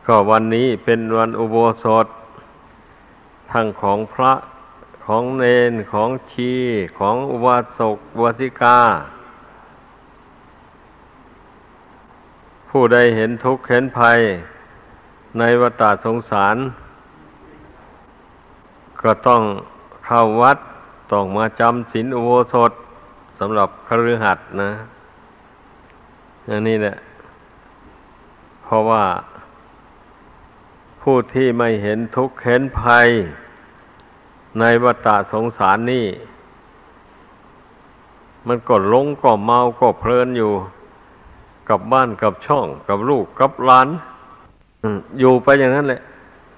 ก็วันนี้เป็นวันอุโบสถทั้งของพระของเณรของชีของอุบาสกอุบาสิกาผู้ใดเห็นทุกข์เห็นภัยในวัฏสงสารก็ต้องเข้าวัดต้องมาจำศีลอุโบสถสำหรับคฤหัสถ์นะอย่างนี้แหละเพราะว่าผู้ที่ไม่เห็นทุกข์เห็นภัยในวัฏสงสารนี่มันก็หลงก็เมาก็เพลินอยู่กับบ้านกับช่องกับลูกกับหลานอยู่ไปอย่างนั้นแหละ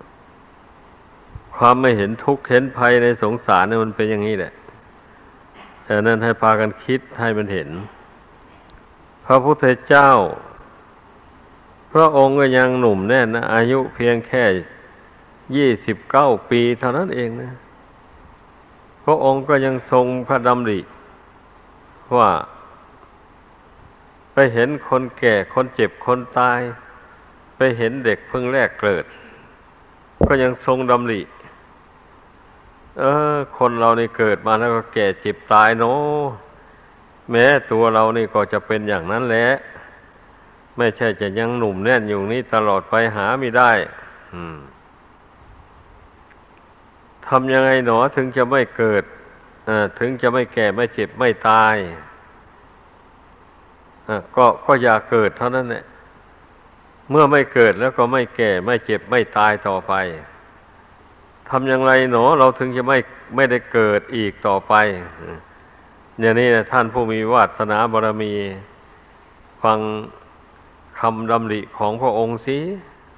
ความไม่เห็นทุกข์เห็นภัยในสงสารเนี่ยมันเป็นอย่างนี้แหละแต่นั้นให้พากันคิดให้มันเห็นพระพุทธเจ้าพระองค์ก็ยังหนุ่มแน่นนะอายุเพียงแค่29 ปีเท่านั้นเองนะพระองค์ก็ยังทรงพระดำริว่าไปเห็นคนแก่คนเจ็บคนตายไปเห็นเด็กเพิ่งแรกเกิดก็ยังทรงดำริคนเรานี่เกิดมาแล้วก็แก่เจ็บตายเนาะแม้ตัวเรานี่ก็จะเป็นอย่างนั้นแหละไม่ใช่จะยังหนุ่มแน่นอยู่นี้ตลอดไปหาไม่ได้ทำยังไงหนอถึงจะไม่เกิดถึงจะไม่แก่ไม่เจ็บไม่ตายก็อย่าเกิดเท่านั้นแหละเมื่อไม่เกิดแล้วก็ไม่แก่ไม่เจ็บไม่ตายต่อไปทำอย่างไรหนอเราถึงจะไม่ได้เกิดอีกต่อไปอย่างนี้นะท่านผู้มีวาสนาบารมีฟังคำดำริของพระองค์สิ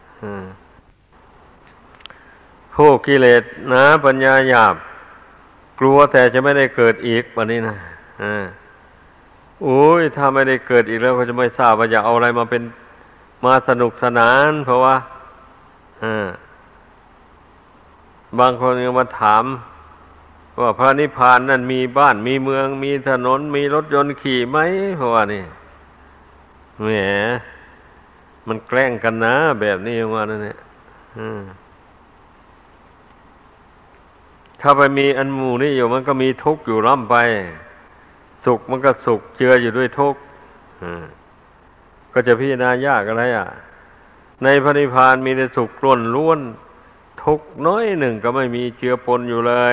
ผู้กิเลสหนาปัญญาหยาบกลัวแต่จะไม่ได้เกิดอีกวันนี้นะถ้าไม่ได้เกิดอีกแล้วก็จะไม่ทราบว่าจะเอาอะไรมาสนุกสนานเพราะว่าบางคนยังมาถามว่าพระนิพพานนั่นมีบ้านมีเมืองมีถนนมีรถยนต์ขี่ไหมเพราะว่านี่แหมมันแกล้งกันนะแบบนี้ว่านั่นเนี่ยถ้าไปมีอันหมู่นี่อยู่มันก็มีทุกข์อยู่ร่ำไปสุขมันก็สุขเจืออยู่ด้วยทุกข์ก็จะพิจารณายากอะไรในพระนิพพานมีแต่สุขล้วนทุกข์น้อยหนึ่งก็ไม่มีเจือปนอยู่เลย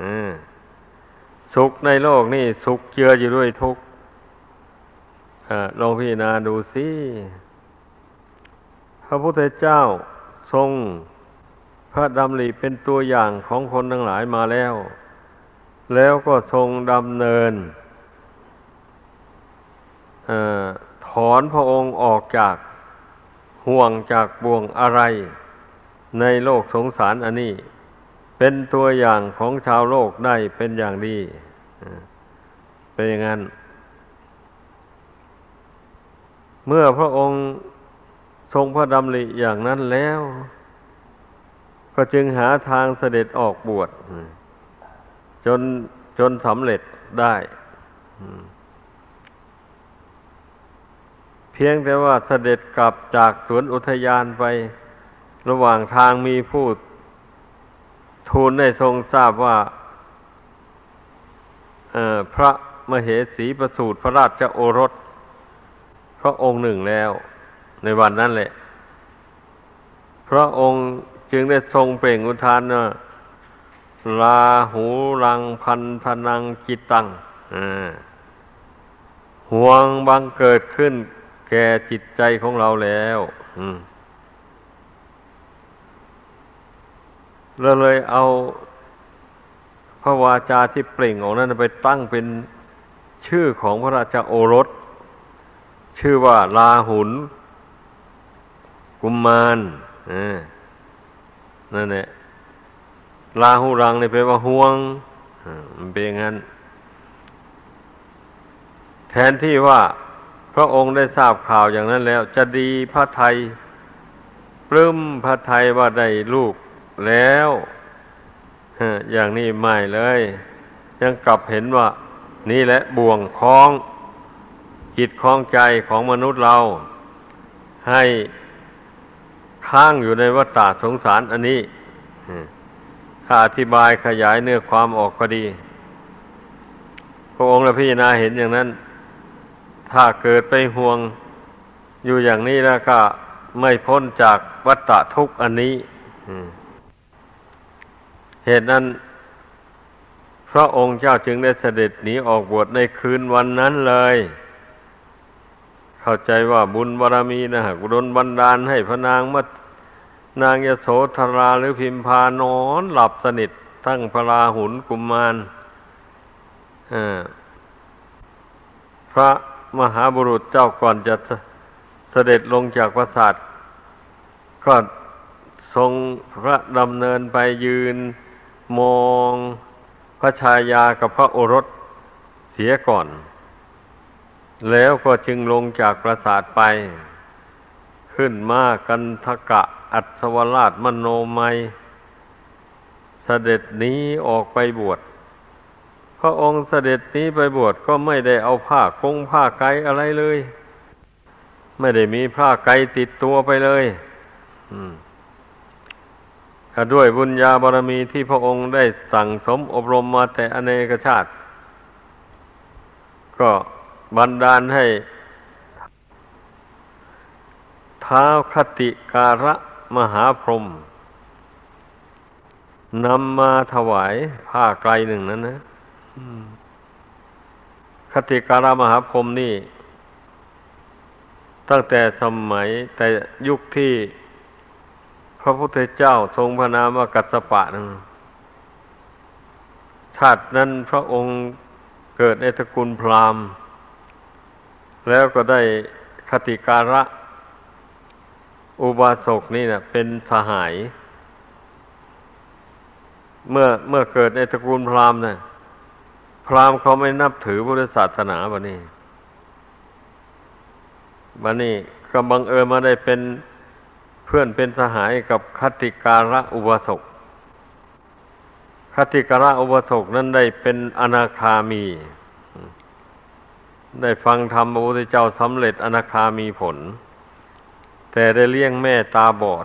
สุขในโลกนี่สุขเจืออยู่ด้วยทุกข์ลองพิจารณาดูสิพระพุทธเจ้าทรงพระดำริเป็นตัวอย่างของคนทั้งหลายมาแล้วก็ทรงดำเนินถอนพระองค์ออกจากห่วงจากบ่วงอะไรในโลกสงสารอันนี้เป็นตัวอย่างของชาวโลกได้เป็นอย่างดีเป็นอย่างนั้นเมื่อพระองค์ทรงพระดำริอย่างนั้นแล้วก็จึงหาทางเสด็จออกบวชจนสำเร็จได้เพียงแต่ว่าเสด็จกลับจากสวนอุทยานไประหว่างทางมีผู้ทูลได้ทรงทราบว่าพระมเหสีประสูติพระราชโอรสพระองค์หนึ่งแล้วในวันนั้นแหละพระองค์จึงได้ทรงเปล่งอุทานว่าลาหูรังพันธนังจิตตังห่วงบังเกิดขึ้นแก่จิตใจของเราแล้วเราเลยเอาพระวาจาที่เปล่งออกนั้นไปตั้งเป็นชื่อของพระราชโอรสชื่อว่าลาหุนกุมมารนั่นแหละลาหูรังนี่แปลว่าห่วงมันเป็นอย่างนั้นแทนที่ว่าพระองค์ได้ทราบข่าวอย่างนั้นแล้วจะดีพระทัยปลื้มพระทัยว่าได้ลูกแล้วอย่างนี้ไม่เลยยังกลับเห็นว่านี่แหละบ่วงคล้องจิตคล้องใจของมนุษย์เราให้ค้างอยู่ในวัฏฏะสงสารอันนี้ถ้าอธิบายขยายเนื้อความออกก็ดีพระองค์ละพิจารณาเห็นอย่างนั้นถ้าเกิดไปห่วงอยู่อย่างนี้แล้วก็ไม่พ้นจากวัฏฏะทุกข์อันนี้เหตุนั้นพระองค์เจ้าจึงได้เสด็จหนีออกบวชในคืนวันนั้นเลยเข้าใจว่าบุญบารมีนะหากดลบันดาลให้พระนางยโสธราหรือพิมพานอนหลับสนิททั้งพระราหุลกุมารพระมหาบุรุษเจ้าก่อนจะเสด็จลงจากปราสาทก็ทรงพระดำเนินไปยืนมองพระชายากับพระโอรสเสียก่อนแล้วก็จึงลงจากปราสาทไปขึ้นมากันทกะอัศวราชมโนมัยเสด็จหนีออกไปบวชพระองค์เสด็จหนีไปบวชก็ไม่ได้เอาผ้าไกรอะไรเลยไม่ได้มีผ้าไกรติดตัวไปเลยด้วยบุญญาบารมีที่พระองค์ได้สั่งสมอบรมมาแต่อเนกชาติก็บันดาลให้ท้าวคติการะมหาพรหมนำมาถวายผ้าไกรหนึ่งนั้นนะคติการะมหาพรหมนี่ตั้งแต่สมัยแต่ยุคที่พระพุทธเจ้าทรงพระนามว่ากัสสปะนั้นชาตินั้นพระองค์เกิดในตระกูลพราหมณ์แล้วก็ได้คติการะอุบาสกนี่นะเป็นสหายเมื่อเกิดในตระกูลพราหมณ์นะพราหมณ์เขาไม่นับถือพุทธศาสนาบัดนี้ก็บังเอิญมาได้เป็นเพื่อนเป็นสหายกับคติการะอุบาสกคติการะอุบาสกนั้นได้เป็นอนาคามีได้ฟังธรรมพระพุทธเจ้าสำเร็จอนาคามีผลแต่ได้เลี้ยงแม่ตาบอด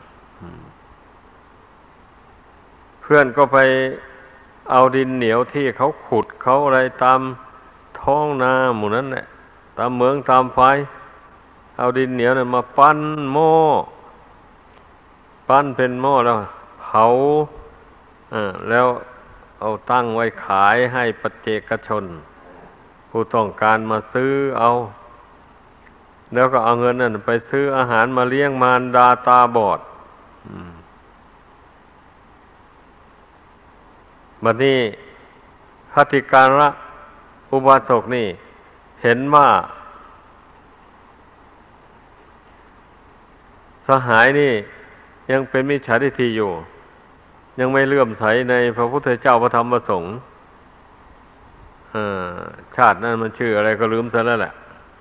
เพื่อนก็ไปเอาดินเหนียวที่เขาขุดเขาอะไรตามท้องนาหมู่นั้นแหละตามเหมืองตามไฟเอาดินเหนียวเนี่ยมาปั้นหม้อปั้นเป็นหม้อแล้วเผาแล้วเอาตั้งไว้ขายให้ปัจเจกชนผู้ต้องการมาซื้อเอาแล้วก็เอาเงินนั่นไปซื้ออาหารมาเลี้ยงมารดาตาบอดบัดนี้คติการะอุบาสกนี่เห็นว่าสหายนี่ยังเป็นมิจฉาทิฏฐิอยู่ยังไม่เลื่อมใสในพระพุทธเจ้าพระธรรมพระสงฆ์ชาตินั้นมันชื่ออะไรก็ลืมซะแล้วแหละ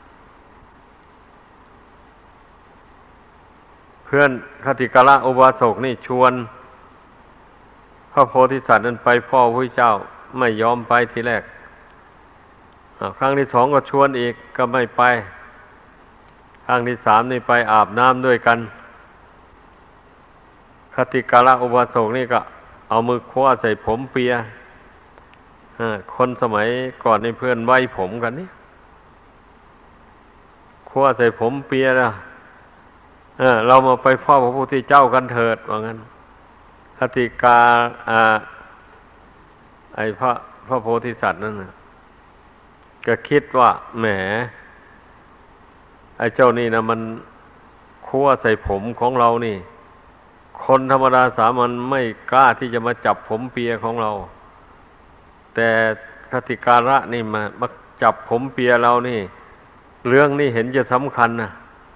เพื่อนคติการะอุบาสกนี่ชวนพระโพธิสัตว์นั้นไปเฝ้าพระเจ้าไม่ยอมไปทีแรกครั้งที่สองก็ชวนอีกก็ไม่ไปครั้งที่สามนี่ไปอาบน้ำด้วยกันคติการะอุบาสกนี่ก็เอามือคว้าใส่ผมเปียคนสมัยก่อนในเพื่อนไว้ผมกันนี่คว้าใส่ผมเปียนะเรามาไปเฝ้าพระพุทธเจ้ากันเถิดว่างั้นคติกาไอ้พระโพธิสัตว์นั่นนะก็คิดว่าแหมไอ้เจ้านี่นะมันคั่วใส่ผมของเรานี่คนธรรมดาสามัญไม่กล้าที่จะมาจับผมเปียของเราแต่คติการะนี่มาจับผมเปียเรานี่เรื่องนี้เห็นจะสำคัญนะ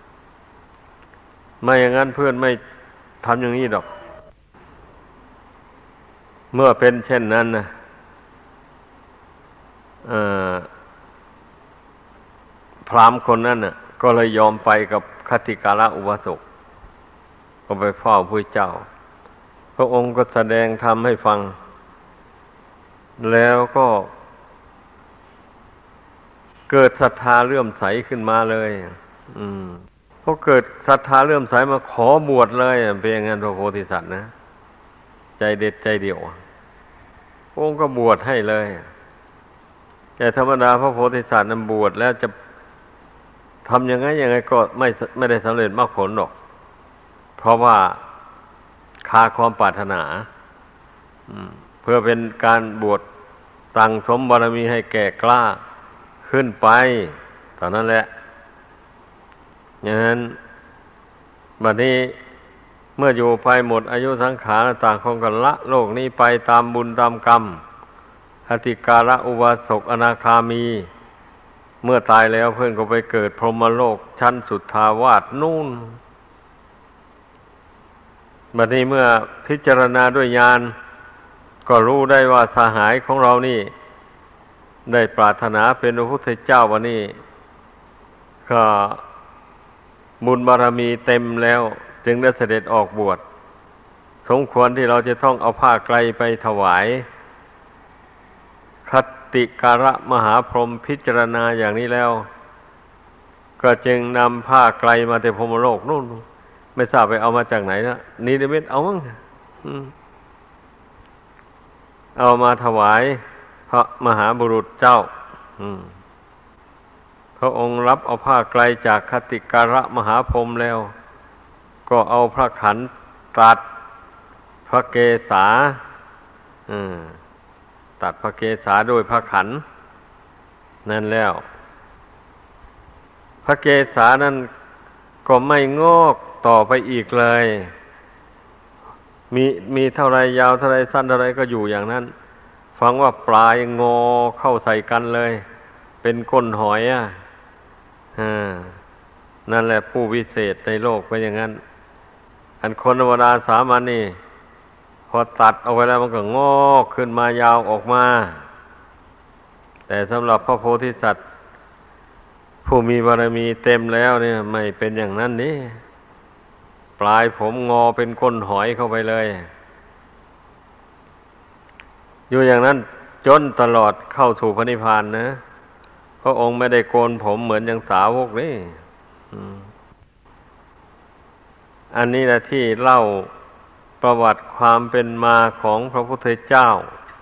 ไม่อย่างนั้นเพื่อนไม่ทำอย่างนี้ดอกเมื่อเป็นเช่นนั้นนะพราหมณ์คนนั้นน่ะก็เลยยอมไปกับคติการะอุบาสกก็ไปเฝ้าพระเจ้าพระองค์ก็แสดงธรรมให้ฟังแล้วก็เกิดศรัทธาเลื่อมใสขึ้นมาเลยพอเกิดศรัทธาเลื่อมใสมาขอบวชเลยเป็นอย่างนั้นพระโพธิสัตว์นะใจเด็ดใจเดี่ยวองค์ก็บวชให้เลยแต่ธรรมดาพระโพธิสัตว์นั้นบวชแล้วจะทำยังไงก็ไม่ได้สำเร็จมรรคผลหรอกเพราะว่าขาดความปรารถนาเพื่อเป็นการบวชสั่งสมบารมีให้แก่กล้าขึ้นไปตอนนั้นแหละอย่างนั้นบัดนี้เมื่ออยู่ไปหมดอายุสังขารต่างคนกันละโลกนี้ไปตามบุญตามกรรมอติการะอุบาสกอนาคามีเมื่อตายแล้วเพื่อนก็ไปเกิดพรหมโลกชั้นสุทธาวาสนู่นบัดนี้เมื่อพิจารณาด้วยญาณก็รู้ได้ว่าสหายของเรานี่ได้ปรารถนาเป็นพระพุทธเจ้าวันนี้ก็บุญบารมีเต็มแล้วจึงได้เสด็จออกบวชสมควรที่เราจะต้องเอาผ้าไกลไปถวายคัตติการะมหาพรหมพิจารณาอย่างนี้แล้วก็จึงนำผ้าไกลมาแต่พรหมโลกนู่นไม่ทราบไปเอามาจากไหนนะนิรมิตเอามั้งเอามาถวายพระมหาบุรุษเจ้าพระองค์รับเอาผ้าไกลจากคัตติการะมหาพรหมแล้วก็เอาพระขันตัดพระเกศาตัดพระเกศาด้วยพระขันนั่นแล้วพระเกศานั้นก็ไม่งอกต่อไปอีกเลยมีเท่าไรยาวเท่าไรสั้นเท่าไรก็อยู่อย่างนั้นฟังว่าปลายงอเข้าใส่กันเลยเป็นก้นหอยนั่นแหละผู้วิเศษในโลกเป็นอย่างนั้นอันคนธรรมดาสามัญนี่พอตัดเอาไว้แล้วมันก็งอกขึ้นมายาวออกมาแต่สำหรับพระโพธิสัตว์ผู้มีบารมีเต็มแล้วเนี่ยไม่เป็นอย่างนั้นนี่ปลายผมงอเป็นก้นหอยเข้าไปเลยอยู่อย่างนั้นจนตลอดเข้าสู่พระนิพพานนะพระองค์ไม่ได้โกนผมเหมือนอย่างสาวกนี่อันนี้แหละที่เล่าประวัติความเป็นมาของพระพุทธเจ้า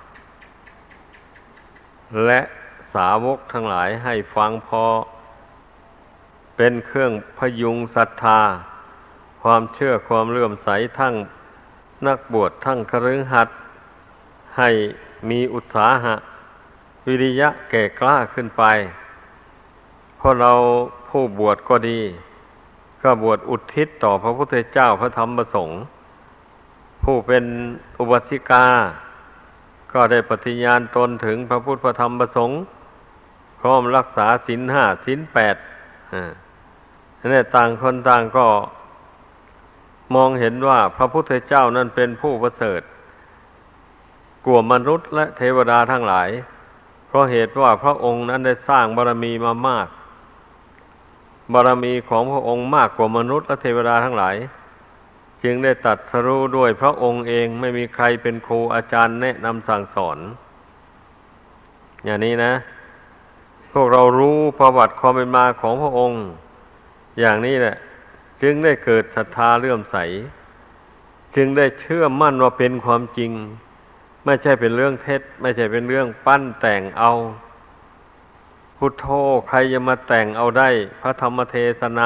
และสาวกทั้งหลายให้ฟังพอเป็นเครื่องพยุงศรัทธาความเชื่อความเลื่อมใสทั้งนักบวชทั้งคฤหัสถ์ให้มีอุตสาหะวิริยะแก่กล้าขึ้นไปเพราะเราผู้บวชก็ดีก็บวชอุทิศต่อพระพุทธเจ้าพระธรรมพระสงฆ์ผู้เป็นอุบาสิกาก็ได้ปฏิญาณตนถึงพระพุทธพระธรรมพระสงฆ์พร้อมรักษาศีลห้าศีลแปดนี่ต่างคนต่างก็มองเห็นว่าพระพุทธเจ้านั้นเป็นผู้ประเสริฐกว่ามนุษย์และเทวดาทั้งหลายเพราะเหตุว่าพระองค์นั้นได้สร้างบารมีมามากบารมีของพระองค์มากกว่ามนุษย์และเทวดาทั้งหลายจึงได้ตรัสรู้ด้วยพระองค์เองไม่มีใครเป็นครูอาจารย์แนะนำสั่งสอนอย่างนี้นะพวกเรารู้ประวัติความเป็นมาของพระองค์อย่างนี้แหละจึงได้เกิดศรัทธาเลื่อมใสจึงได้เชื่อมั่นว่าเป็นความจริงไม่ใช่เป็นเรื่องเท็จไม่ใช่เป็นเรื่องปั้นแต่งเอาพุทโธใครจะมาแต่งเอาได้พระธรรมเทศนา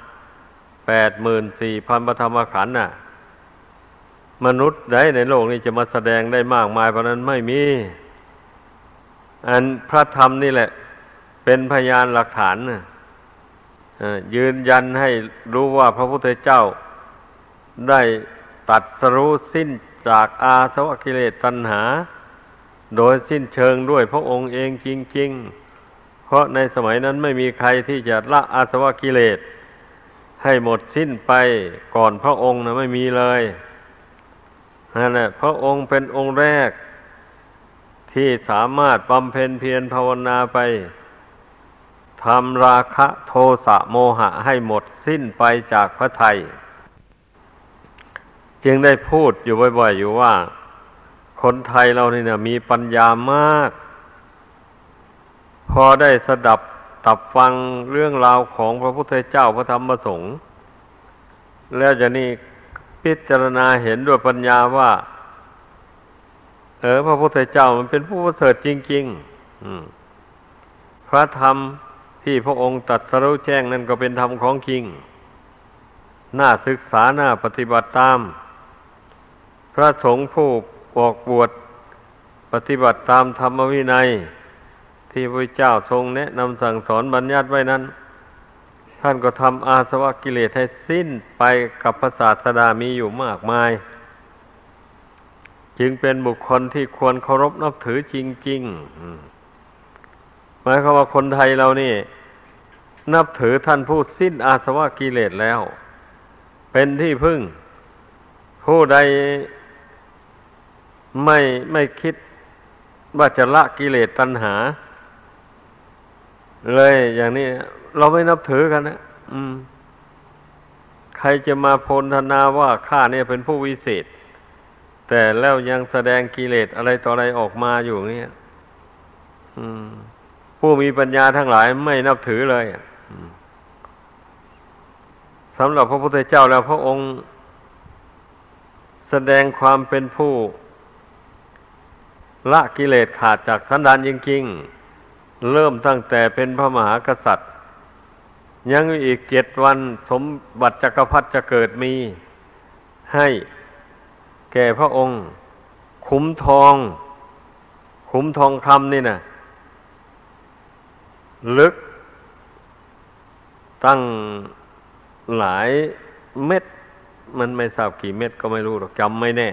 84,000 พระธรรมขันธ์น่ะมนุษย์ใดในโลกนี้จะมาแสดงได้มากมายเพราะนั้นไม่มีอันพระธรรมนี่แหละเป็นพยานหลักฐานยืนยันให้รู้ว่าพระพุทธเจ้าได้ตรัสรู้สิ้นจากอาสวะกิเลสตัณหาโดยสิ้นเชิงด้วยพระองค์เองจริงๆเพราะในสมัยนั้นไม่มีใครที่จะละอาสวะกิเลสให้หมดสิ้นไปก่อนพระองค์นะไม่มีเลยนั่นแหละพระองค์เป็นองค์แรกที่สามารถบำเพ็ญเพียรภาวนาไปทำราคะโทสะโมหะให้หมดสิ้นไปจากพระทัยจึงได้พูดอยู่บ่อยๆอยู่ว่าคนไทยเรานี่นะมีปัญญามากพอได้สดับตับฟังเรื่องราวของพระพุทธเจ้าพระธรรมพระสงฆ์แล้วจะนี่พิจารณาเห็นด้วยปัญญาว่าพระพุทธเจ้ามันเป็นผู้ประเสริฐจริงๆพระธรรมที่พระองค์ตรัสรู้แจ้งนั่นก็เป็นธรรมของจริงน่าศึกษาน่าปฏิบัติตามพระสงฆ์ผู้ออกบวชปฏิบัติตามธรรมวินัยที่พระเจ้าทรงแนะนำสั่งสอนบัญญัติไว้นั้นท่านก็ทำอาสวะกิเลสให้สิ้นไปกับพระศาสดามีอยู่มากมายจึงเป็นบุคคลที่ควรเคารพนับถือจริงๆหมายความว่าคนไทยเรานี่นับถือท่านผู้สิ้นอาสวะกิเลสแล้วเป็นที่พึ่งผู้ใดไม่คิดว่าจะละกิเลสตัณหาเลยอย่างนี้เราไม่นับถือกันนะใครจะมาโพลธนาว่าข้าเนี่ยเป็นผู้วิเศษแต่แล้วยังแสดงกิเลสอะไรต่ออะไรออกมาอยู่เงี้ยผู้มีปัญญาทั้งหลายไม่นับถือเลยสำหรับพระพุทธเจ้าแล้วพระองค์แสดงความเป็นผู้ละกิเลสขาดจากสันดานจริงๆเริ่มตั้งแต่เป็นพระมหากษัตริย์ยังอีก7 วันสมบัติจักรพรรดิจะเกิดมีให้แก่พระองค์ขุมทองคำนี่นะลึกตั้งหลายเม็ดมันไม่ทราบกี่เม็ดก็ไม่รู้หรอกจำไม่แน่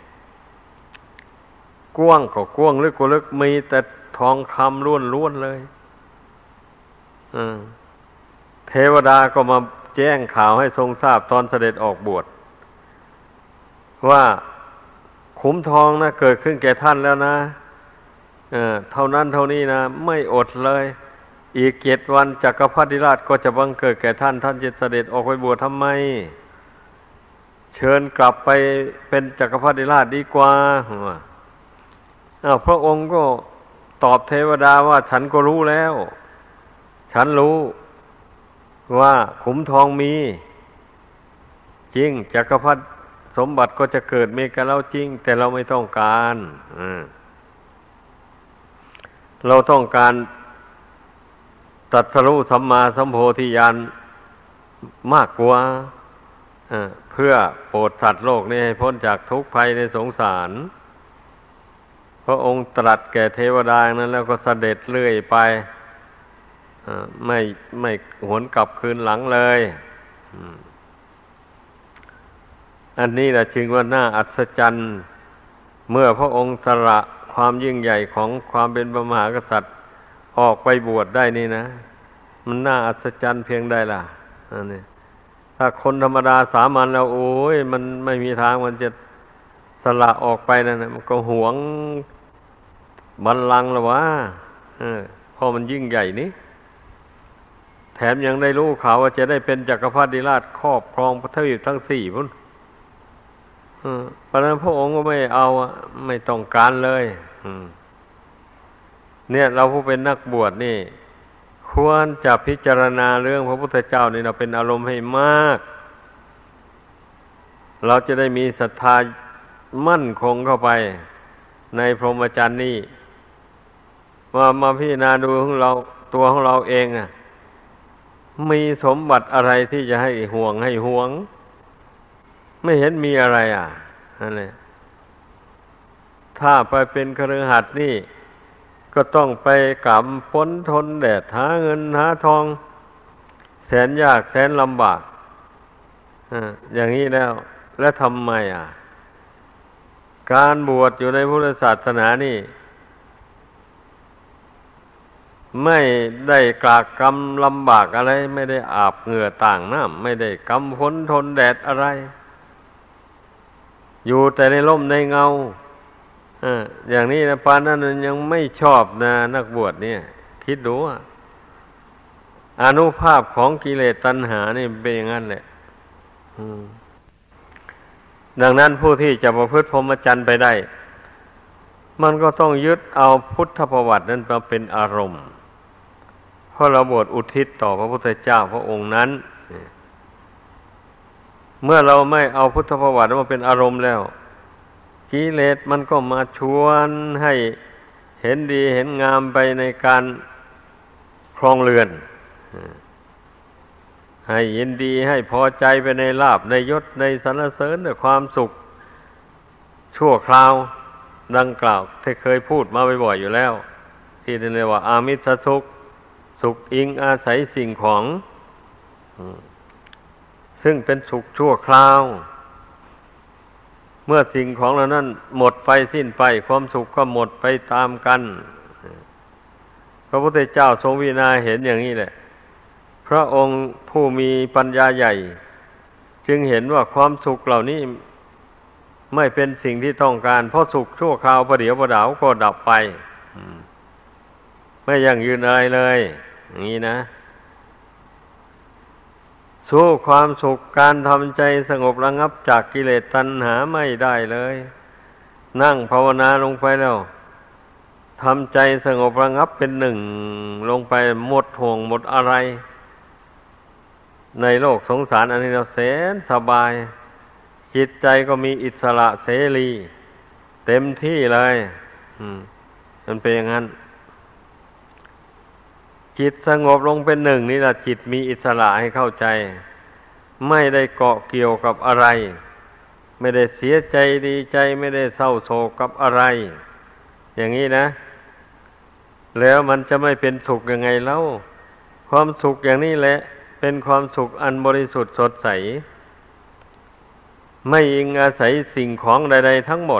กว้างก็กว้างลึกก็ลึกมีแต่ทองคำล้วนๆเลยเทวดาก็มาแจ้งข่าวให้ทรงทราบตอนเสด็จออกบวชว่าขุมทองนะเกิดขึ้นแก่ท่านแล้วนะเท่านั้นเท่านี้นะไม่อดเลยอีก7 วันจักรพรรดิราชก็จะบังเกิดแก่ท่านจะเสด็จออกไปบวชทำไมเชิญกลับไปเป็นจักรพรรดิราชดีกว่าพระองค์ก็ตอบเทวดาว่าฉันก็รู้แล้วฉันรู้ว่าขุมทองมีจริงจักรพรรดิสมบัติก็จะเกิดมีกับเราจริงแต่เราไม่ต้องการเราต้องการตรัสรู้สัมมาสัมโพธิญาณมากกว่าเพื่อโปรดสัตว์โลกนี้ให้พ้นจากทุกข์ภัยในสงสารพระองค์ตรัสแก่เทวดานั้นแล้วก็เสด็จเรื่อยไปไม่หวนกลับคืนหลังเลยอันนี้แหละจึงว่าน่าอัศจรรย์เมื่อพระองค์สละความยิ่งใหญ่ของความเป็นพระมหากษัตริย์ออกไปบวชได้นี่นะมันน่าอัศจรรย์เพียงใดล่ะอันนี้ถ้าคนธรรมดาสามัญแล้วโอ้ยมันไม่มีทางมันจะสละออกไปนั่นนะมันก็หวงบัลลังก์ละวะเพราะมันยิ่งใหญ่นี่แถมยังได้รู้ข่าวว่าจะได้เป็นจักรพรรดิราชครอบครองประเทศทั้ง4พุ่นเพราะนั้นพระองค์ก็ไม่เอาไม่ต้องการเลยเนี่ยเราผู้เป็นนักบวชนี่ควรจะพิจารณาเรื่องพระพุทธเจ้านี่เราเป็นอารมณ์ให้มากเราจะได้มีศรัทธามั่นคงเข้าไปในพรหมจรรย์นี่ว่ามาพิจารณาดูของเราตัวของเราเองมีสมบัติอะไรที่จะให้ห่วงไม่เห็นมีอะไรนั่นแหละถ้าไปเป็นคฤหัสถ์นี่ก็ต้องไปกำพ้นทนแดดหาเงินหาทองแสนยากแสนลำบากอย่างนี้แล้วทำไมการบวชอยู่ในพุทธศาสนานี่ไม่ได้กากกรรมลำบากอะไรไม่ได้อาบเหงื่อต่างน้ำไม่ได้กำพ้นทนแดดอะไรอยู่แต่ในร่มในเงาอย่างนี้นะปานนั้นยังไม่ชอบนะนักบวชเนี่ยคิดดูอานุภาพของกิเลสตัณหานี่เป็นอย่างนั้นแหละดังนั้นผู้ที่จะประพฤติพรหมจรรย์ไปได้มันก็ต้องยึดเอาพุทธประวัตินั้นมาเป็นอารมณ์พเพราะเราบวชอุทิศต่อพระพุทธเจ้าพระองค์นั้นเมื่อเราไม่เอาพุทธประวัติมาเป็นอารมณ์แล้วกิเลสมันก็มาชวนให้เห็นดีเห็นงามไปในการครองเรือนให้ยินดีให้พอใจไปในลาภในยศในสรรเสริญในความสุขชั่วคราวดังกล่าวที่เคยพูดมาบ่อยๆอยู่แล้วที่เรียกว่าอามิสสุขสุขอิงอาศัยสิ่งของซึ่งเป็นสุขชั่วคราวเมื่อสิ่งของเหล่านั้นหมดไปสิ้นไปความสุขก็หมดไปตามกันพระพุทธเจ้าทรงพิจารณาเห็นอย่างนี้แหละพระองค์ผู้มีปัญญาใหญ่จึงเห็นว่าความสุขเหล่านี้ไม่เป็นสิ่งที่ต้องการเพราะสุขชั่วคราวประเดี๋ยวประดาวก็ดับไปไม่ยั่งยืนอะไรเลยอย่างนี้นะสู้ความสุขการทำใจสงบระงับจากกิเลสตัณหาไม่ได้เลยนั่งภาวนาลงไปแล้วทำใจสงบระงับเป็นหนึ่งลงไปหมดห่วงหมดอะไรในโลกสงสารอันนี้เราแสนสบายจิตใจก็มีอิสระเสรีเต็มที่เลยมันเป็นอย่างนั้นจิตสงบลงเป็นหนึ่งนี่แหละจิตมีอิสระให้เข้าใจไม่ได้เกาะเกี่ยวกับอะไรไม่ได้เสียใจดีใจไม่ได้เศร้าโศกกับอะไรอย่างนี้นะแล้วมันจะไม่เป็นสุขยังไงเล่าความสุขอย่างนี้แหละเป็นความสุขอันบริสุทธิ์สดใสไม่อิงอาศัยสิ่งของใดๆทั้งหมด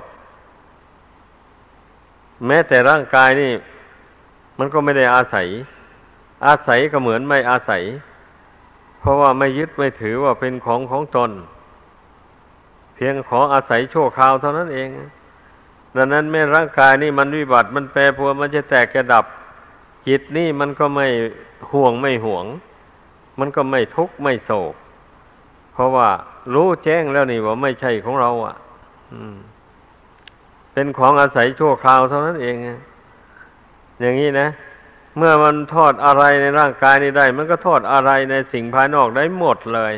แม้แต่ร่างกายนี่มันก็ไม่ได้อาศัยก็เหมือนไม่อาศัยเพราะว่าไม่ยึดไม่ถือว่าเป็นของตนเพียงขออาศัยชั่วคราวเท่านั้นเองดังนั้นแม้ร่างกายนี่มันวิบัติมันแปรปรวนมันจะแตกจะดับจิตนี่มันก็ไม่ห่วงไม่หวงมันก็ไม่ทุกข์ไม่โศกเพราะว่ารู้แจ้งแล้วนี่ว่าไม่ใช่ของเราเป็นของอาศัยชั่วคราวเท่านั้นเองอย่างนี้นะเมื่อมันทอดอะไรในร่างกายนี้ได้มันก็ทอดอะไรในสิ่งภายนอกได้หมดเลย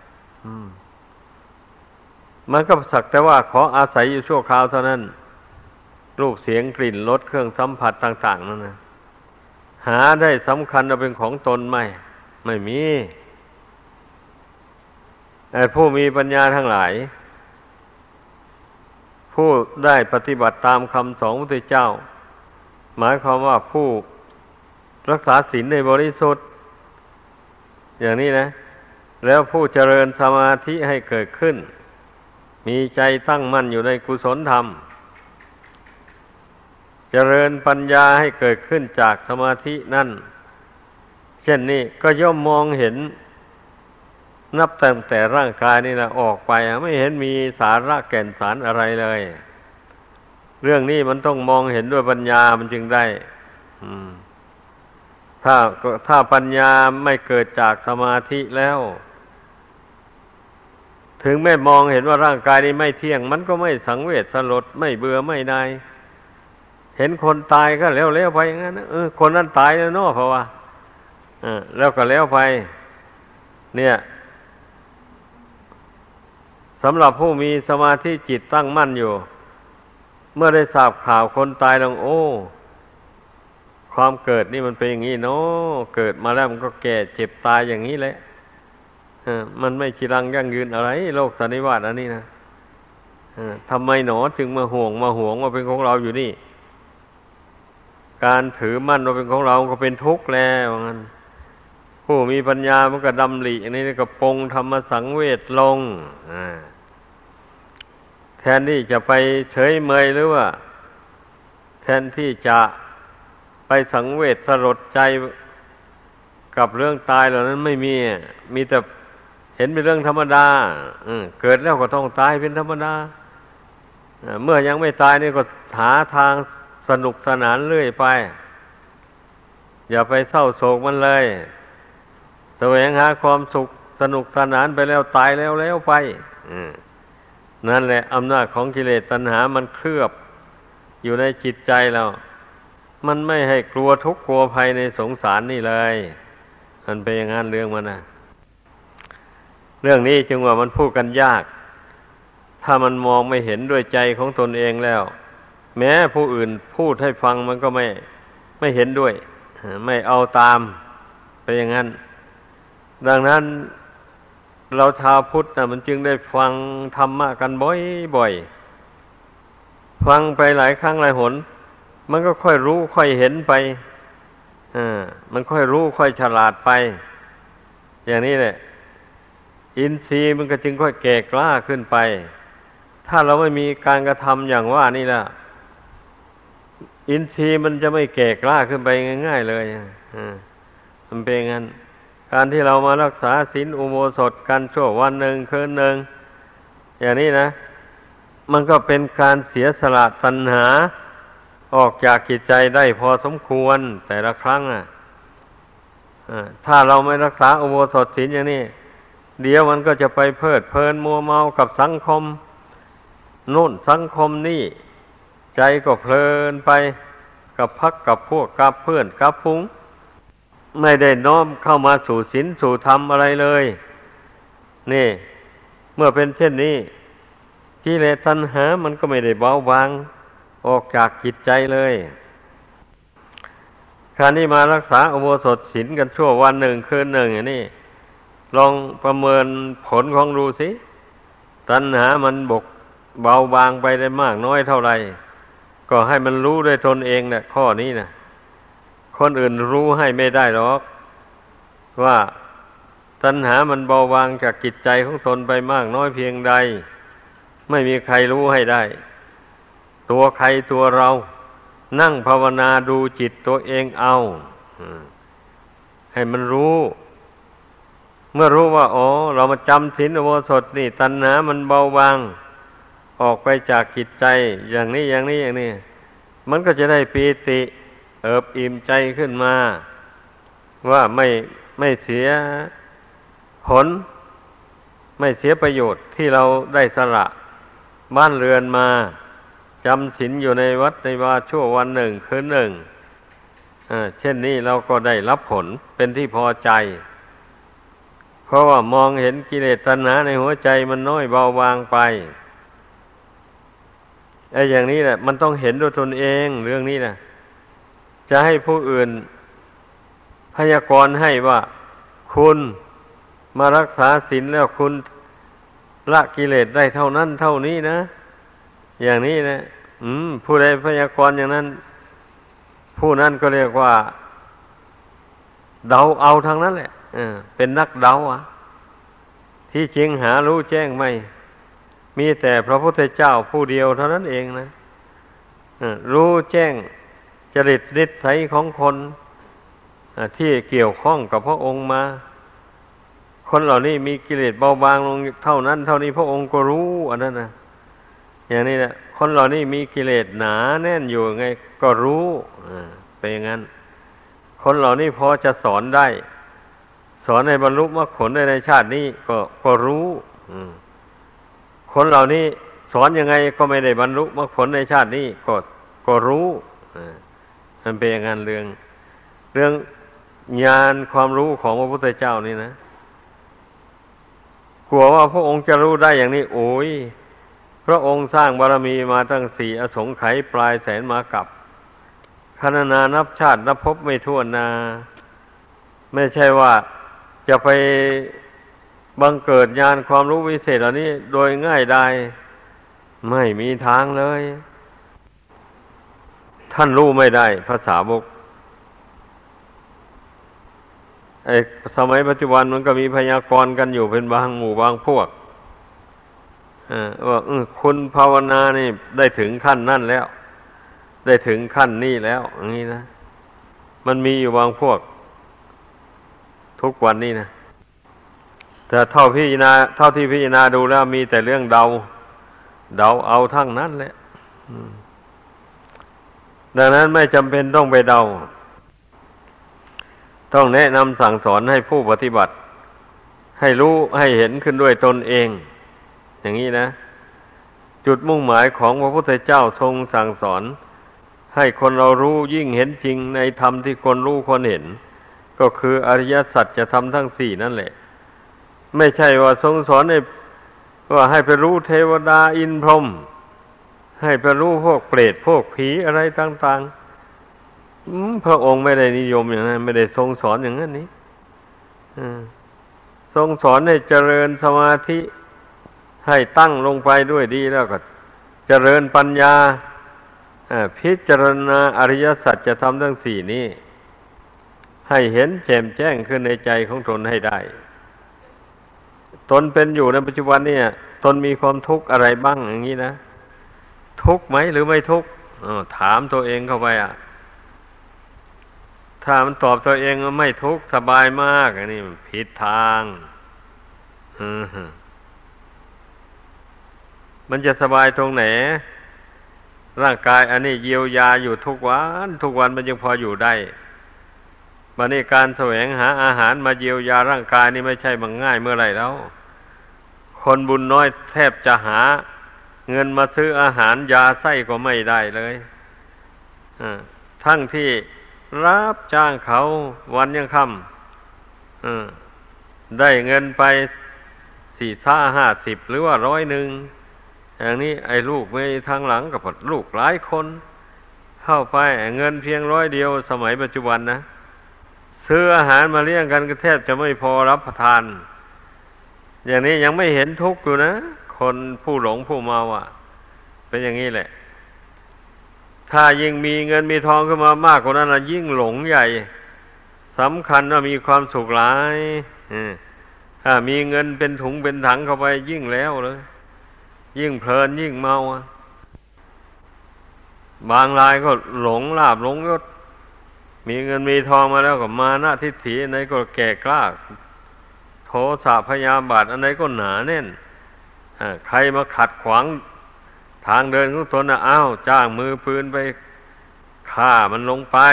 มันก็สักแต่ว่าขออาศัยอยู่ชั่วคราวเท่านั้นรูปเสียงกลิ่นรสเครื่องสัมผัสต่างๆนั่นนะหาได้สำคัญว่าเป็นของตนไม่มีไอ้ผู้มีปัญญาทั้งหลายผู้ได้ปฏิบัติตามคำสอนของพระพุทธเจ้าหมายความว่าผู้รักษาศีลในบริสุทธิ์อย่างนี้นะแล้วผู้เจริญสมาธิให้เกิดขึ้นมีใจตั้งมั่นอยู่ในกุศลธรรมเจริญปัญญาให้เกิดขึ้นจากสมาธินั่นเช่นนี้ก็ย่อมมองเห็นนับตั้งแต่ร่างกายนี่แหละออกไปไม่เห็นมีสาระแก่นสารอะไรเลยเรื่องนี้มันต้องมองเห็นด้วยปัญญามันจึงได้ถ้าปัญญาไม่เกิดจากสมาธิแล้วถึงแม้มองเห็นว่าร่างกายนี้ไม่เที่ยงมันก็ไม่สังเวชสลดไม่เบื่อไม่นายเห็นคนตายก็แล้วไปอย่างนั้นคนนั้นตายแล้วเนาะเพราะว่าแล้วก็แล้วไปเนี่ยสำหรับผู้มีสมาธิจิตตั้งมั่นอยู่เมื่อได้ทราบข่าวคนตายแล้วโอ้ความเกิดนี่มันเป็นอย่างนี้เนาะเกิดมาแล้วมันก็แก่เจ็บตายอย่างนี้แหละมันไม่จีรังยั่งยืนอะไรโลกสันนิวาสอันนี้นะทำไมหนอจึงมาห่วงว่าเป็นของเราอยู่นี่การถือมั่นว่าเป็นของเราก็เป็นทุกข์แล้วงั้นผู้มีปัญญามันก็ดำริอันนี้ก็ปรงธรรมสังเวชลงแทนที่จะไปเฉยเมยหรือว่าแทนที่จะไปสังเวชสลดใจกับเรื่องตายเหล่านั้นไม่มีแต่เห็นเป็นเรื่องธรรมดาเกิดแล้วก็ต้องตายเป็นธรรมดาเมื่อยังไม่ตายนี่ก็หาทางสนุกสนานเรื่อยไปอย่าไปเศร้าโศกมันเลยแสวงหาความสุขสนุกสนานไปแล้วตายแล้วไปนั่นแหละอำนาจของกิเลสตัณหามันเคลือบอยู่ในจิตใจเรามันไม่ให้กลัวทุกข์กลัวภัยในสงสารนี่เลยมันเป็นอย่างนั้นเรื่องมันนะเรื่องนี้จึงว่ามันพูดกันยากถ้ามันมองไม่เห็นด้วยใจของตนเองแล้วแม้ผู้อื่นพูดให้ฟังมันก็ไม่เห็นด้วยไม่เอาตามไปอย่างนั้นดังนั้นเราชาวพุทธนะมันจึงได้ฟังธรรมะกันบ่อยๆฟังไปหลายครั้งหลายหนมันก็ค่อยรู้ค่อยเห็นไปมันค่อยรู้ค่อยฉลาดไปอย่างนี้แหละอินทรีย์มันก็จึงค่อยแก่กล้าขึ้นไปถ้าเราไม่มีการกระทำอย่างว่านี่ล่ะอินทรีย์มันจะไม่แก่กล้าขึ้นไปง่ายๆเลยมันเป็นงั้นการที่เรามารักษาศีลอุโบสถกันชั่ววันหนึ่งคืนหนึ่งอย่างนี้นะมันก็เป็นการเสียสละตัณหาออกจากจิตใจได้พอสมควรแต่ละครั้งถ้าเราไม่รักษาอุโบสถศีลอย่างนี้เดี๋ยวมันก็จะไปเพลิดเพลินมัวเมากับสังคมนู่นสังคมนี่ใจก็เพลินไปกับพรรคกับพวกกับเพื่อนกับฟุ้งไม่ได้น้อมเข้ามาสู่ศีลสู่ธรรมอะไรเลยนี่เมื่อเป็นเช่นนี้กิเลสตัณหามันก็ไม่ได้เบาบางออกจากจิตใจเลยการที่มารักษาอุโบสถศีลกันชั่ววันหนึ่งคืนหนึ่งอย่างนี้ลองประเมินผลของดูสิตัณหามันเบาบางไปได้มากน้อยเท่าไหร่ก็ให้มันรู้ด้วยตนเองเนี่ยข้อนี้นะคนอื่นรู้ให้ไม่ได้หรอกว่าตัณหามันเบาบางจากจิตใจของตนไปมากน้อยเพียงใดไม่มีใครรู้ให้ได้ตัวใครตัวเรานั่งภาวนาดูจิตตัวเองเอาให้มันรู้เมื่อรู้ว่าอ๋อเรามาจำศีลอุโบสถนี่ตัณหามันเบาบางออกไปจากจิตใจอย่างนี้มันก็จะได้ปีติเอิบอิ่มใจขึ้นมาว่าไม่เสียผลไม่เสียประโยชน์ที่เราได้สละบ้านเรือนมาจำศีลอยู่ในวัดในวาชั่ววันหนึ่งคืนหนึ่งเช่นนี้เราก็ได้รับผลเป็นที่พอใจเพราะว่ามองเห็นกิเลสตัณหาในหัวใจมันน้อยเบาบางไปอย่างนี้แหละมันต้องเห็นด้วยตนเองเรื่องนี้นะจะให้ผู้อื่นพยากรณ์ให้ว่าคุณมารักษาศีลแล้วคุณละกิเลสได้เท่านั้นเท่านี้นะอย่างนี้นะผู้ใดพยากรณ์อย่างนั้นผู้นั้นก็เรียกว่าเดาเอาทางนั้นแหละเป็นนักเดาที่จริงหารู้แจ้งไม่มีแต่พระพุทธเจ้าผู้เดียวเท่านั้นเองนะรู้แจ้งจริตนิสัยของคนที่เกี่ยวข้องกับพระองค์มาคนเหล่านี้มีกิเลสเบาบางลงเท่านั้นเท่านี้พระองค์ก็รู้อันนั้นนะอย่างนี้แหละคนเหล่านี้มีกิเลสหนาแน่นอยู่ไงก็รู้เป็นอย่างนั้นคนเหล่านี้พอจะสอนได้สอนให้บรรลุมรรคผลในชาตินี้ก็รู้คนเหล่านี้สอนยังไงก็ไม่ได้บรรลุมรรคผลในชาตินี้ก็รู้มันเป็นอย่างนั้นเรื่องญาณความรู้ของพระพุทธเจ้านี่นะกลัวว่าพระองค์จะรู้ได้อย่างนี้โอ้ยพระองค์สร้างบารมีมาตั้ง4อสงไขยปลายแสนมากับคณนานับชาตินับภพไม่ถ้วนนาไม่ใช่ว่าจะไปบังเกิดญาณความรู้วิเศษเหล่านี้โดยง่ายดายไม่มีทางเลยท่านรู้ไม่ได้ภาษาบกสมัยปัจจุบันมันก็มีพยากรณ์กันอยู่เป็นบางหมู่บางพวกว่าคุณภาวนานี่ได้ถึงขั้นนั่นแล้วได้ถึงขั้นนี้แล้วอย่างนี้นะมันมีอยู่บางพวกทุกวันนี้นะแต่เท่าที่พิจารณาดูแล้วมีแต่เรื่องเดาเอาทั้งนั้นแหละดังนั้นไม่จำเป็นต้องไปเดาต้องแนะนำสั่งสอนให้ผู้ปฏิบัติให้รู้ให้เห็นขึ้นด้วยตนเองอย่างนี้นะจุดมุ่งหมายของพระพุทธเจ้าทรงสั่งสอนให้คนเรารู้ยิ่งเห็นจริงในธรรมที่คนรู้คนเห็นก็คืออริยสัจธรรมทั้งสี่นั่นแหละไม่ใช่ว่าทรงสอนว่าให้ไปรู้เทวดาอินทร์พรหมให้ไปรู้พวกเปรตพวกผีอะไรต่างๆพระองค์ไม่ได้นิยมอย่างนั้นไม่ได้ทรงสอนอย่างนั้นนี้ทรงสอนให้เจริญสมาธิให้ตั้งลงไปด้วยดีแล้วก็เจริญปัญญาพิจารณาอริยสัจธรรมทั้งสี่นี้ให้เห็นแจ่มแจ้งขึ้นในใจของตนให้ได้ตนเป็นอยู่ในปัจจุบันเนี่ยตนมีความทุกข์อะไรบ้างอย่างนี้นะทุกข์ไหมหรือไม่ทุกข์ถามตัวเองเข้าไปถ้ามันตอบตัวเองว่าไม่ทุกข์สบายมากอันนี้มันผิดทางมันจะสบายตรงไหนร่างกายอันนี้เยียวยาอยู่ทุกวันมันยังพออยู่ได้บัดนี้การแสวงหาอาหารมาเยียวยาร่างกายนี่ไม่ใช่มันง่ายเมื่อไหร่แล้วคนบุญน้อยแทบจะหาเงินมาซื้ออาหารยาไส้ก็ไม่ได้เลยทั้งที่รับจ้างเขาวันยังค่ำได้เงินไป40-50หรือว่า100อย่างนี้ไอ้ลูกไม่ทางหลังกับลูกหลายคนเข้าไปเงินเพียง100เดียวสมัยปัจจุบันนะซื้ออาหารมาเลี้ยงกันก็แทบจะไม่พอรับประทานอย่างนี้ยังไม่เห็นทุกข์อยู่นะคนผู้หลงผู้เมาเป็นอย่างนี้แหละถ้ายิ่งมีเงินมีทองขึ้นมามากกว่านั้นยิ่งหลงใหญ่สำคัญว่ามีความสุขหลายถ้ามีเงินเป็นถุงเป็นถังเข้าไปยิ่งแล้วเลยยิ่งเพลินยิ่งเมาบางรายก็หลงลาภหลงยศมีเงินมีทองมาแล้วก็มานะทิฏฐิอันไหนก็แก่กล้าโทสะพยาบาทอันไหนก็หนาแน่นใครมาขัดขวางทางเดินของตนจ้างมือปืนไปฆ่ามันลงไป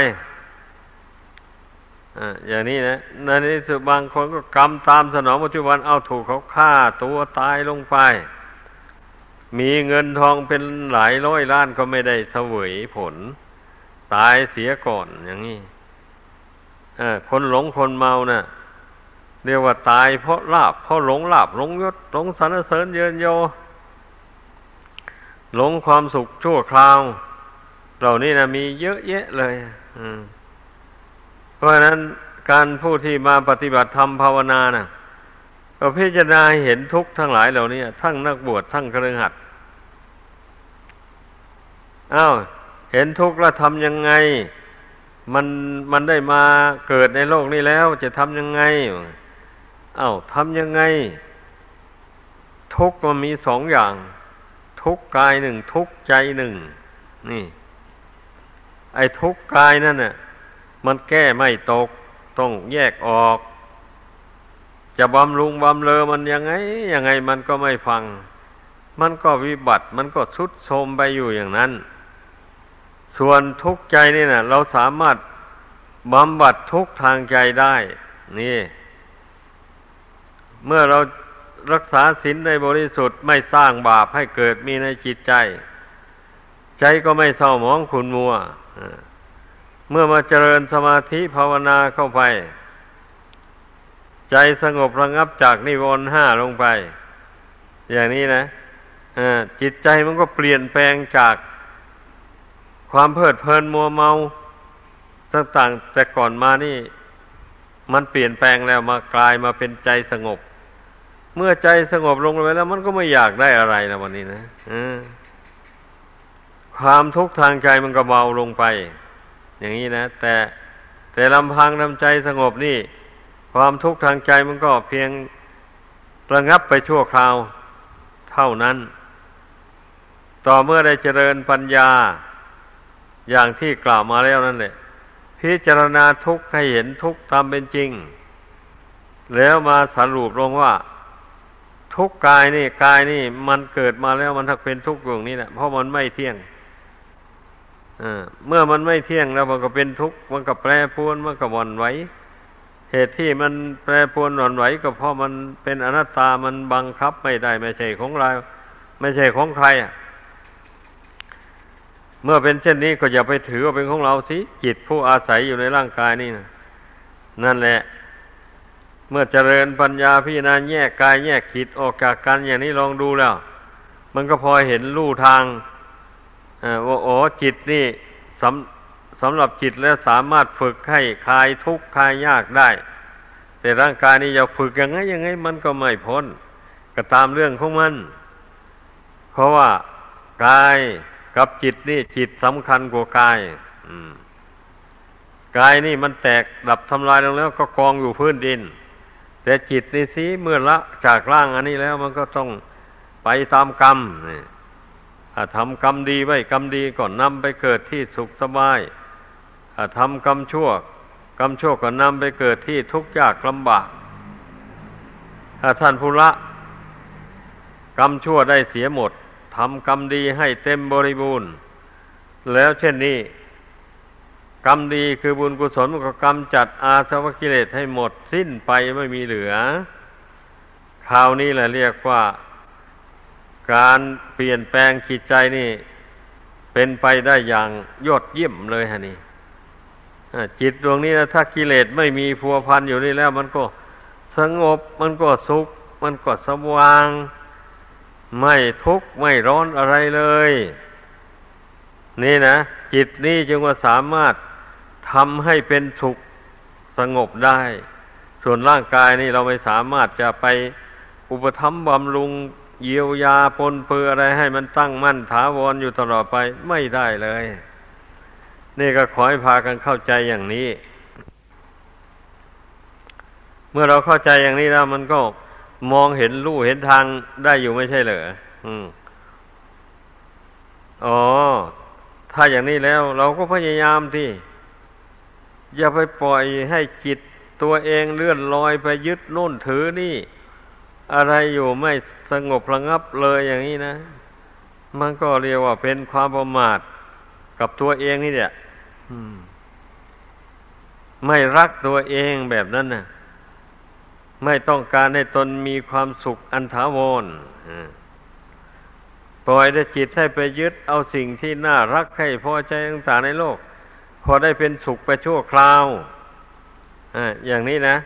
อย่างนี้นะในที่สุดบางคนก็กรรมตามสนองปัจจุบันถูกเขาฆ่าตัวตายลงไปมีเงินทองเป็นหลายร้อยล้านก็ไม่ได้เสวยผลตายเสียก่อนอย่างนี้คนหลงคนเมาน่ะเรียกว่าตายเพราะลาภเพราะหลงลาภหลงยศหลงสรรเสริญเยินยอหลงความสุขชั่วคราวเหล่านี้นะมีเยอะแยะเลยเพราะฉะนั้นการผู้ที่มาปฏิบัติธรรมภาวนาน่ะก็พิจารณาเห็นทุกข์ทั้งหลายเหล่านี้ทั้งนักบวชทั้งคฤหัสถ์เห็นทุกข์แล้วทำยังไงมันได้มาเกิดในโลกนี้แล้วจะทำยังไงทำยังไงทุกข์มันมี2อย่างทุกข์กาย1ทุกข์ใจ1นี่ไอ้ทุกข์กายนั่นน่ะมันแก้ไม่ตกต้องแยกออกจะบำรุงบำเรอมันยังไงมันก็ไม่ฟังมันก็วิบัติมันก็ทรุดโทรมไปอยู่อย่างนั้นส่วนทุกข์ใจนี่นะเราสามารถบำบัดทุกข์ทางใจได้นี่เมื่อเรารักษาศีลในบริสุทธิ์ไม่สร้างบาปให้เกิดมีในจิตใจใจก็ไม่เศร้าหมองขุ่นมัวเมื่อมาเจริญสมาธิภาวนาเข้าไปใจสงบระงับจากนิวรณ์5ลงไปอย่างนี้นะจิตใจมันก็เปลี่ยนแปลงจากความเพลิดเพลินมัวเมาต่างๆแต่ก่อนมานี่มันเปลี่ยนแปลงแล้วมากลายมาเป็นใจสงบเมื่อใจสงบลงไปแล้วมันก็ไม่อยากได้อะไรแล้ววันนี้นะความทุกข์ทางใจมันก็เบาลงไปอย่างนี้นะแต่ลำพังทำใจสงบนี่ความทุกข์ทางใจมันก็เพียงระงับไปชั่วคราวเท่านั้นต่อเมื่อได้เจริญปัญญาอย่างที่กล่าวมาแล้วนั่นแหละพิจารณาทุกข์ให้เห็นทุกข์ตามเป็นจริงแล้วมาสรุปลงว่าทุกข์กายนี่มันเกิดมาแล้วมันถ้าเป็นทุกข์อย่างนี้แหละเพราะมันไม่เที่ยงเมื่อมันไม่เที่ยงแล้วมันก็เป็นทุกข์มันก็แปรปรวนมันก็หวั่นไหวเหตุที่มันแปรปรวนหวั่นไหวก็เพราะมันเป็นอนัตตามันบังคับไม่ได้ไม่ใช่ของเราไม่ใช่ของใครเมื่อเป็นเช่นนี้ก็อย่าไปถือว่าเป็นของเราสิจิตผู้อาศัยอยู่ในร่างกายนี่นะนั่นแหละเมื่อเจริญปัญญาพิจารณาแยกกายแยกจิตออกจากกันอย่างนี้ลองดูแล้วมันก็พอเห็นลู่ทางว่าอ๋อจิตนี่สำหรับจิตแล้วสามารถฝึกให้คลายทุกข์คลายยากได้แต่ร่างกายนี่จะฝึกยังไงมันก็ไม่พ้นก็ตามเรื่องของมันเพราะว่ากายกับจิตนี่จิตสำคัญกว่ากายกายนี่มันแตกดับทำลายลงแล้วก็กองอยู่พื้นดินแต่จิตนี่สิเมื่อละจากร่างอันนี้แล้วมันก็ต้องไปตามกรรมถ้าทำกรรมดีไว้กรรมดีก็นำไปเกิดที่สุขสบายถ้าทำกรรมชั่วก็นำไปเกิดที่ทุกข์ยากลำบากถ้าท่านผู้ละกรรมชั่วได้เสียหมดทำกรรมดีให้เต็มบริบูรณ์แล้วเช่นนี้กรรมดีคือบุญกุศลมันก็กำจัดอาสวะกิเลสให้หมดสิ้นไปไม่มีเหลือคราวนี้แหละเรียกว่าการเปลี่ยนแปลงจิตใจนี่เป็นไปได้อย่างยอดเยี่ยมเลยฮะนี่จิตดวงนี้นะถ้ากิเลสไม่มีพัวพันอยู่นี่แล้วมันก็สงบมันก็สุขมันก็สว่างไม่ทุกข์ไม่ร้อนอะไรเลยนี่นะจิตนี้จึงว่าสามารถทำให้เป็นสุขสงบได้ส่วนร่างกายนี่เราไม่สามารถจะไปอุปถัมภ์บำรุงเยียวยาปนเปื้ออะไรให้มันตั้งมั่นถาวรอยู่ตลอดไปไม่ได้เลยนี่ก็ขอให้พากันเข้าใจอย่างนี้เมื่อเราเข้าใจอย่างนี้แล้วมันก็มองเห็นลู่เห็นทางได้อยู่ไม่ใช่เหรออ๋อถ้าอย่างนี้แล้วเราก็พยายามที่อย่าไปปล่อยให้จิตตัวเองเลื่อนลอยไปยึดโน่นถือนี่อะไรอยู่ไม่สงบระงับเลยอย่างนี้นะมันก็เรียกว่าเป็นความประมาทกับตัวเองนี่แหละไม่รักตัวเองแบบนั้นนะไม่ต้องการให้ตนมีความสุขอันถาวรปล่อยแต่จิตให้ไปยึดเอาสิ่งที่น่ารักให้พอใจต่างๆในโลกพอได้เป็นสุขไปชั่วคราวอย่างนี้นะ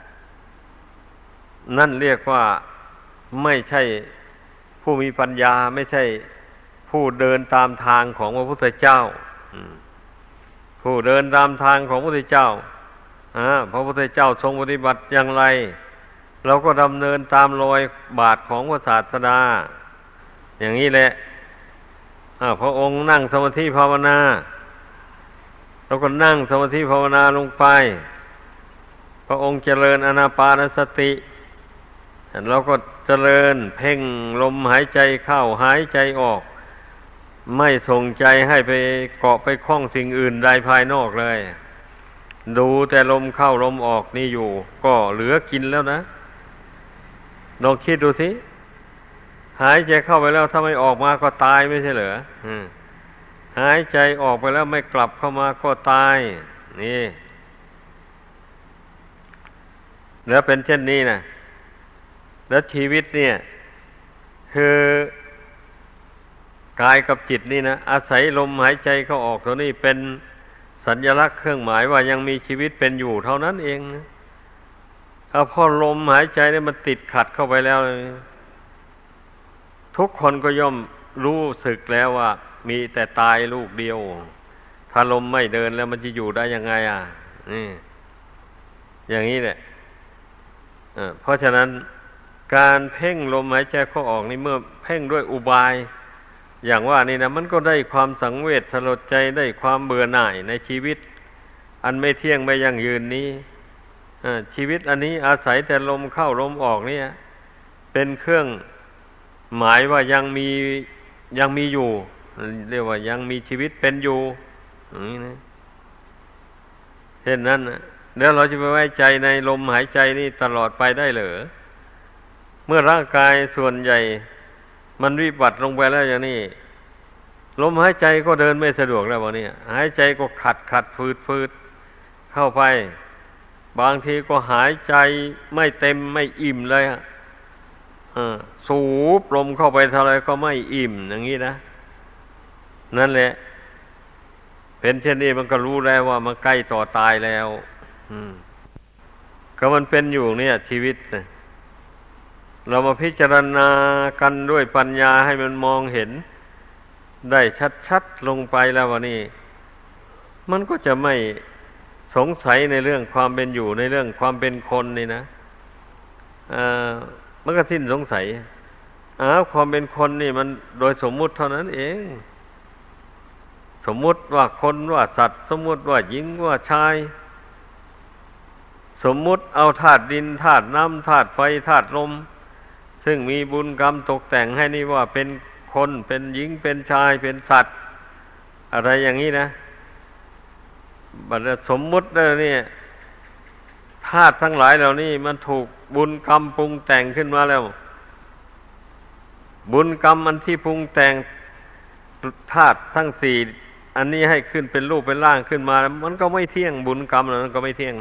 นั่นเรียกว่าไม่ใช่ผู้มีปัญญาไม่ใช่ผู้เดินตามทางของพระพุทธเจ้าผู้เดินตามทางของพระพุทธเจ้าพระพุทธเจ้าทรงปฏิบัติอย่างไรเราก็ดำเนินตามรอยบาทของพระศาสดาอย่างนี้แหละพระองค์นั่งสมาธิภาวนาเราก็นั่งสมาธิภาวนาลงไปพระองค์เจริญอานาปานสติเราก็เจริญเพ่งลมหายใจเข้าหายใจออกไม่ส่งใจให้ไปเกาะไปคล้องสิ่งอื่นใดภายนอกเลยดูแต่ลมเข้าลมออกนี่อยู่ก็เหลือกินแล้วนะลองคิดดูสิหายใจเข้าไปแล้วถ้าไม่ออกมาก็ตายไม่ใช่เหรอหายใจออกไปแล้วไม่กลับเข้ามาก็ตายนี่แล้วเป็นเช่นนี้นะแล้วชีวิตเนี่ยคือกายกับจิตนี่นะอาศัยลมหายใจเข้าออกตัวนี้เป็นสัญลักษณ์เครื่องหมายว่ายังมีชีวิตเป็นอยู่เท่านั้นเองนะถ้าพอลมหายใจเนี่ยมันติดขัดเข้าไปแล้วทุกคนก็ย่อมรู้สึกแล้วว่ามีแต่ตายลูกเดียวถ้าลมไม่เดินแล้วมันจะอยู่ได้ยังไงนี่อย่างนี้แหละเพราะฉะนั้นการเพ่งลมหายใจเข้าออกนี่เมื่อเพ่งด้วยอุบายอย่างว่านี่นะมันก็ได้ความสังเวชสลดใจได้ความเบื่อหน่ายในชีวิตอันไม่เที่ยงไม่ยั่งยืนนี้ชีวิตอันนี้อาศัยแต่ลมเข้าลมออกเนี่ยเป็นเครื่องหมายว่ายังมีอยู่เรียกว่ายังมีชีวิตเป็นอยู่อย่างนี้นะเช่นนั้นแล้วเราจะไปไว้ใจในลมหายใจนี่ตลอดไปได้เหรอเมื่อร่างกายส่วนใหญ่มันวิบัติลงไปแล้วอย่างนี้ลมหายใจก็เดินไม่สะดวกแล้ววันนี้หายใจก็ขัดฟืดเข้าไปบางทีก็หายใจไม่เต็มไม่อิ่มเลยสูบลมเข้าไปเท่าไรก็ไม่อิ่มอย่างนี้นะนั่นแหละเป็นเช่นนี้มันก็รู้แล้วว่ามันใกล้ต่อตายแล้วก็มันเป็นอยู่เนี่ยชีวิตเนี่ยเรามาพิจารณากันด้วยปัญญาให้มันมองเห็นได้ชัดๆลงไปแล้วว่านี่มันก็จะไม่สงสัยในเรื่องความเป็นอยู่ในเรื่องความเป็นคนนี่นะมันก็สิ้นสงสัยความเป็นคนนี่มันโดยสมมุติเท่านั้นเองสมมุติว่าคนว่าสัตว์สมมุติว่าหญิงว่าชายสมมุติเอาธาตุดินธาตุน้ำธาตุไฟธาตุลมซึ่งมีบุญกรรมตกแต่งให้นี่ว่าเป็นคนเป็นหญิงเป็นชายเป็นสัตว์อะไรอย่างนี้นะบัดสมมุติแล้วเนี่ยธาตุทั้งหลายเหล่านี้มันถูกบุญกรรมปรุงแต่งขึ้นมาแล้วบุญกรรมอันที่ปรุงแต่งธาตุทั้งสี่อันนี้ให้ขึ้นเป็นรูปเป็นร่างขึ้นมามันก็ไม่เที่ยงบุญกรรมนั้นก็ไม่เที่ยง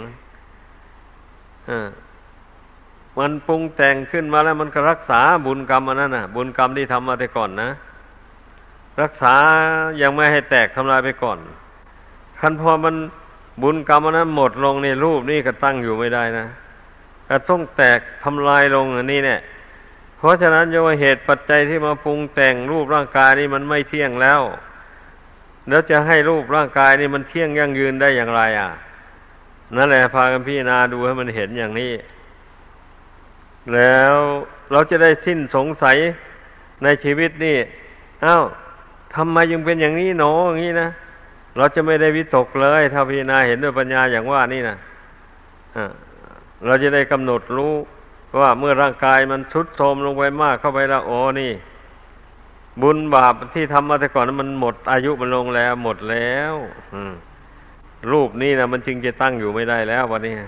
มันปรุงแต่งขึ้นมาแล้วมันก็รักษาบุญกรรมอันนั้นน่ะบุญกรรมที่ทำมาแต่ก่อนนะรักษายังไม่ให้แตกทำลายไปก่อนคันพอมันบุญกรรมอันนั้นหมดลงในรูปนี่ก็ตั้งอยู่ไม่ได้นะต้องแตกทำลายลงอันนี้เนี่ยเพราะฉะนั้นโยเหตุปัจจัยที่มาปรุงแต่งรูปร่างกายนี่มันไม่เที่ยงแล้วจะให้รูปร่างกายนี่มันเที่ยงยั่งยืนได้อย่างไรนั่นแหละพากันพิจารณาดูให้มันเห็นอย่างนี้แล้วเราจะได้สิ้นสงสัยในชีวิตนี่ทำไมยังเป็นอย่างนี้หนออย่างนี้นะเราจะไม่ได้วิตกเลยถ้าพิจารณาเห็นด้วยปัญญาอย่างว่านี่นะเราจะได้กำหนดรู้ว่าเมื่อร่างกายมันทรุดโทรมลงไปมากเข้าไปแล้วนี่บุญบาปที่ทำมาแต่ก่อนนั้นมันหมดอายุมันลงแล้วหมดแล้วรูปนี้นะมันจึงจะตั้งอยู่ไม่ได้แล้ววันนี้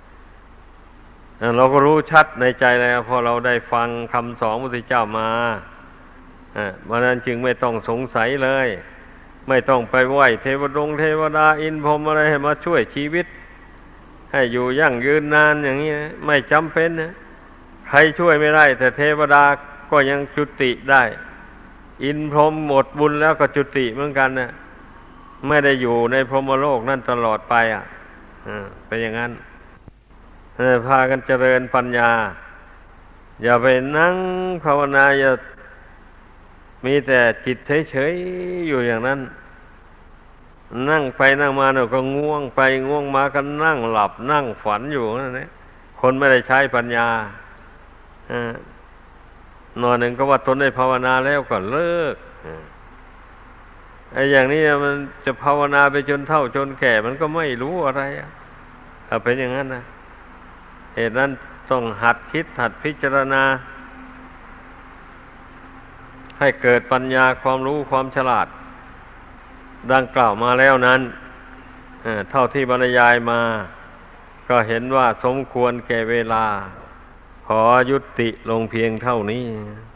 เราก็รู้ชัดในใจแล้วพอเราได้ฟังคำสอนพระพุทธเจ้ามาวันนั้นจึงไม่ต้องสงสัยเลยไม่ต้องไปไหว้เทวดาอินพรหมอะไรให้มาช่วยชีวิตให้อยู่ยั่งยืนนานอย่างนี้นะไม่จำเป็นนะใครช่วยไม่ได้แต่เทวดาก็ยังจุติได้อินพรหมหมดบุญแล้วก็จุติเหมือนกันนะไม่ได้อยู่ในพรหมโลกนั่นตลอดไปเป็นอย่างนั้นพากันเจริญปัญญาอย่าไปนั่งภาวนาอย่ามีแต่จิตเฉยๆอยู่อย่างนั้นนั่งไปนั่งมาเนี่ยก็ง่วงไปง่วงมาก็นั่งหลับนั่งฝันอยู่นั่นแหละคนไม่ได้ใช้ปัญญานอนหนึ่งก็ว่าตนได้ภาวนาแล้วก็เลิกอย่างนี้มันจะภาวนาไปจนเฒ่าจนแก่มันก็ไม่รู้อะไรถ้าเป็นอย่างนั้นนะเหตุนั้นต้องหัดคิดหัดพิจารณาให้เกิดปัญญาความรู้ความฉลาดดังกล่าวมาแล้วนั้นเท่าที่บรรยายมาก็เห็นว่าสมควรแก่เวลาขอยุติลงเพียงเท่านี้